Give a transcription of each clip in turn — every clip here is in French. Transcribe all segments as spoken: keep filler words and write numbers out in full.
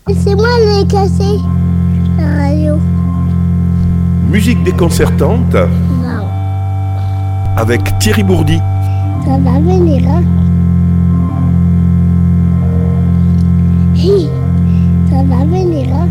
C'est moi qui ai cassé la radio. Musique déconcertante. Non. Avec Thierry Bourdi. Ça va venir, hein? Hi, ça va venir, hein?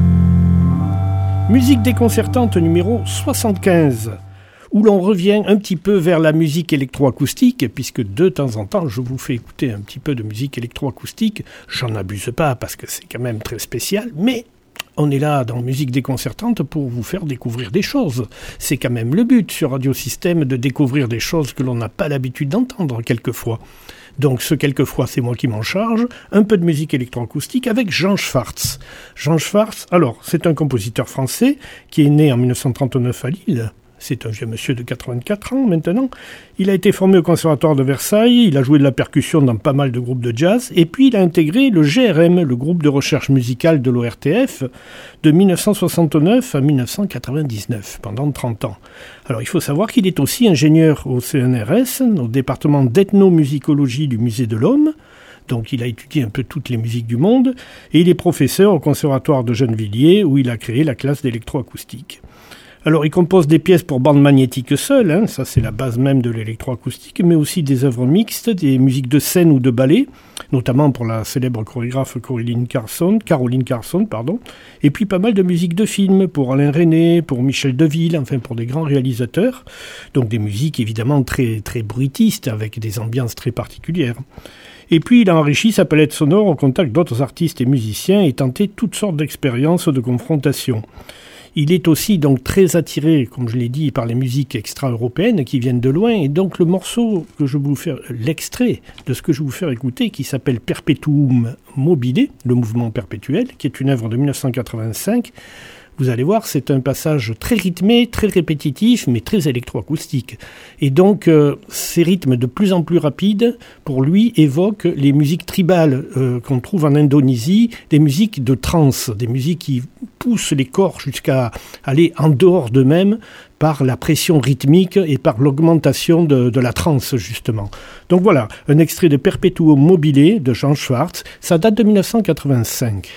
Musique déconcertante numéro soixante-quinze, où l'on revient un petit peu vers la musique électroacoustique, puisque de temps en temps je vous fais écouter un petit peu de musique électroacoustique. J'en abuse pas parce que c'est quand même très spécial, mais on est là dans Musique déconcertante pour vous faire découvrir des choses. C'est quand même le but sur Radio Système de découvrir des choses que l'on n'a pas l'habitude d'entendre quelquefois. Donc ce quelquefois, c'est moi qui m'en charge. Un peu de musique électroacoustique avec Jean Schwartz. Jean Schwartz, alors, c'est un compositeur français qui est né en dix-neuf cent trente-neuf à Lille. C'est un vieux monsieur de quatre-vingt-quatre ans maintenant. Il a été formé au Conservatoire de Versailles, il a joué de la percussion dans pas mal de groupes de jazz, et puis il a intégré le G R M, le groupe de recherche musicale de l'O R T F, de dix-neuf cent soixante-neuf à dix-neuf cent quatre-vingt-dix-neuf, pendant trente ans. Alors il faut savoir qu'il est aussi ingénieur au C N R S, au département d'ethnomusicologie du Musée de l'Homme. Donc il a étudié un peu toutes les musiques du monde, et il est professeur au Conservatoire de Gennevilliers, où il a créé la classe d'électroacoustique. Alors, il compose des pièces pour bande magnétique seule, hein, ça c'est la base même de l'électroacoustique, mais aussi des œuvres mixtes, des musiques de scène ou de ballet, notamment pour la célèbre chorégraphe Caroline Carson, Caroline Carson, pardon, et puis pas mal de musiques de films pour Alain Resnais, pour Michel Deville, enfin pour des grands réalisateurs, donc des musiques évidemment très, très bruitistes, avec des ambiances très particulières. Et puis il a enrichi sa palette sonore au contact d'autres artistes et musiciens et tenté toutes sortes d'expériences de confrontation. Il est aussi donc très attiré, comme je l'ai dit, par les musiques extra-européennes qui viennent de loin. Et donc le morceau que je vais vous faire, l'extrait de ce que je vais vous faire écouter, qui s'appelle Perpetuum mobile, le mouvement perpétuel, qui est une œuvre de dix-neuf cent quatre-vingt-cinq. Vous allez voir, c'est un passage très rythmé, très répétitif, mais très électroacoustique. Et donc, euh, ces rythmes de plus en plus rapides, pour lui, évoquent les musiques tribales euh, qu'on trouve en Indonésie, des musiques de trance, des musiques qui poussent les corps jusqu'à aller en dehors d'eux-mêmes par la pression rythmique et par l'augmentation de, de la trance, justement. Donc voilà, un extrait de Perpetuum mobile de Jean Schwartz. Ça date de dix-neuf cent quatre-vingt-cinq.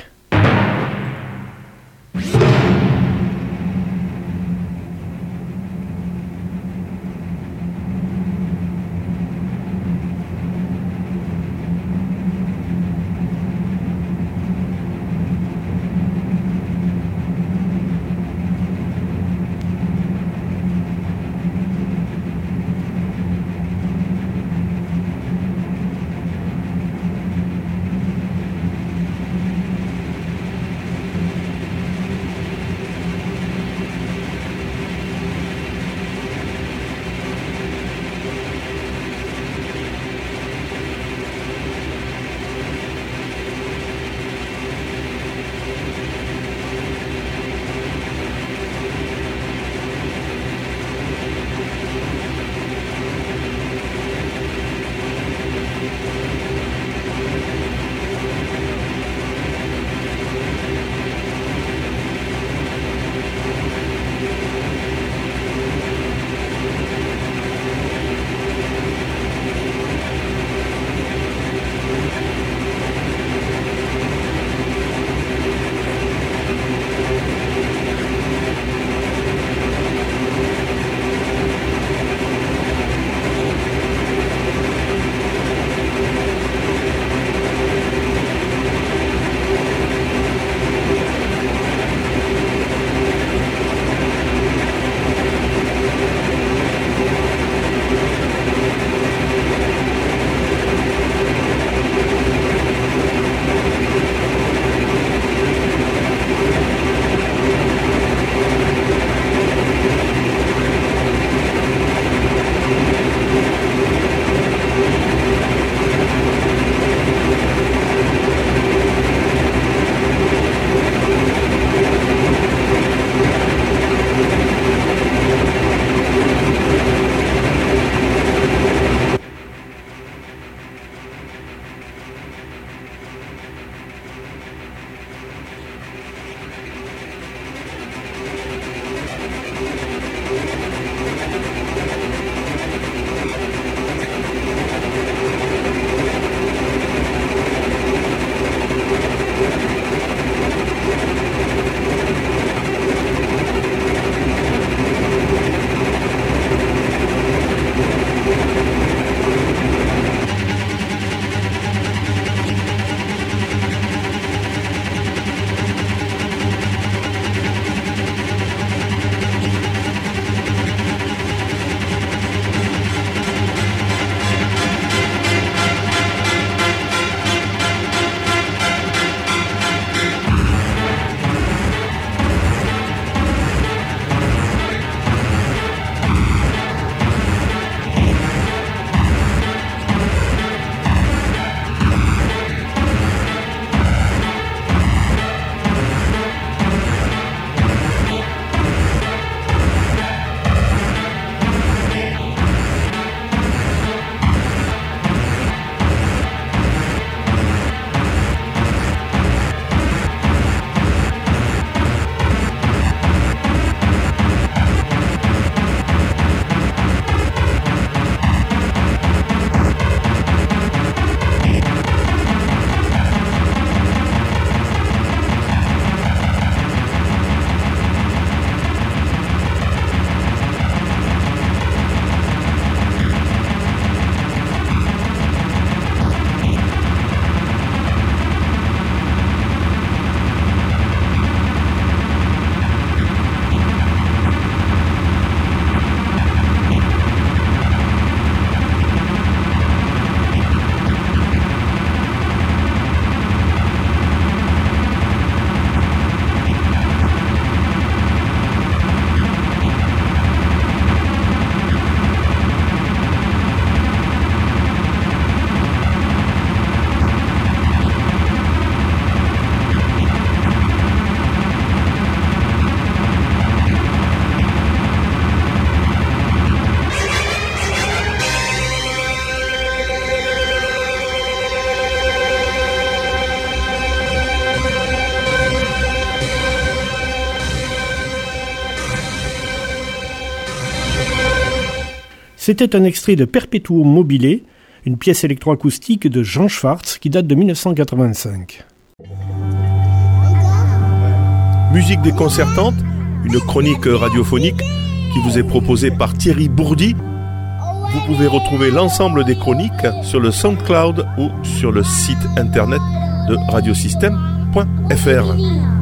C'était un extrait de Perpetuum mobile, une pièce électroacoustique de Jean Schwartz qui date de mille neuf cent quatre-vingt-cinq. Musique déconcertante, une chronique radiophonique qui vous est proposée par Thierry Bourdi. Vous pouvez retrouver l'ensemble des chroniques sur le SoundCloud ou sur le site internet de radiosystème point f r.